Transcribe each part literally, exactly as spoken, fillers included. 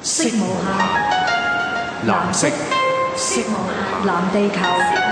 色無限，藍色，色無限，藍地球。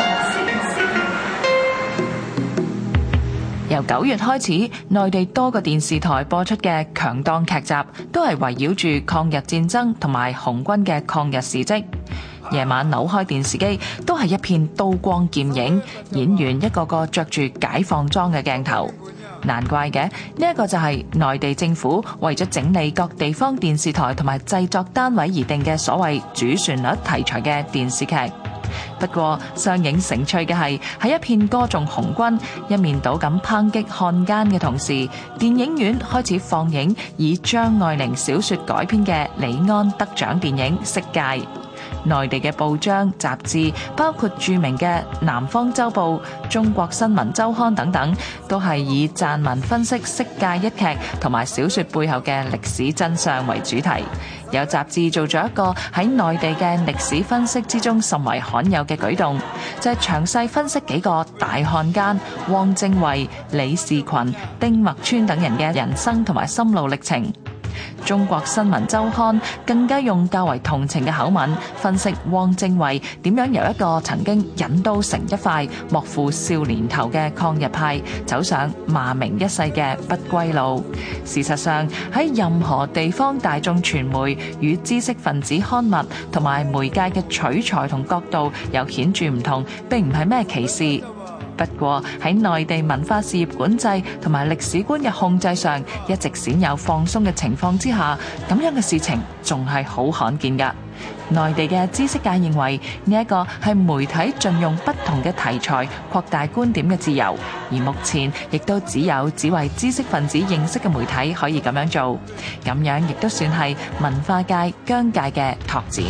由九月開始，內地多個電視台播出嘅強檔劇集，都係圍繞住抗日戰爭同埋紅軍嘅抗日事蹟。夜晚扭開電視機，都係一片刀光劍影，演員一個個着住解放裝嘅鏡頭。難怪嘅，呢一個就係內地政府為咗整理各地方電視台同埋製作單位而定嘅所謂主旋律題材嘅電視劇。不過上映成趣嘅係喺一片歌頌紅軍、一面倒咁抨擊漢奸嘅同時，電影院開始放映以張愛玲小說改編嘅李安得獎電影《色戒》。內地嘅報章雜誌，包括著名嘅《南方周報》、《中國新聞週刊》等等，都係以撰文分析《色戒》一劇同埋小說背後嘅歷史真相為主題。有雜誌做咗一個喺內地嘅歷史分析之中甚為罕有嘅舉動，就係詳細分析幾個大漢奸汪精衛、李士群、丁默村等人嘅人生同埋心路歷程。中國新聞週刊更加用較為同情嘅口吻分析汪精衛點樣由一個曾經引刀成一塊、莫負少年頭嘅抗日派，走上罵名一世嘅不歸路。事實上，喺任何地方大眾傳媒與知識分子刊物同埋媒介嘅取材同角度有顯著唔同，並唔係咩歧視。不過喺內地文化事業管制同埋歷史觀嘅控制上一直鮮有放鬆嘅情況之下，咁樣嘅事情仲係好罕見㗎。內地嘅知識界認為呢一個係媒體盡用不同嘅題材擴大觀點嘅自由，而目前亦都只有只為知識分子認識嘅媒體可以咁樣做，咁樣亦都算係文化界疆界嘅拓展。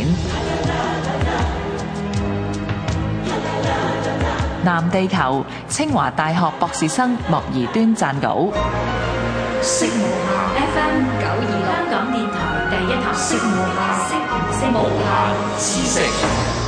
藍地球，清華大學博士生莫宜端撰稿。 色無限 F M 九二六香港電台第一台，色無限，色無限知識。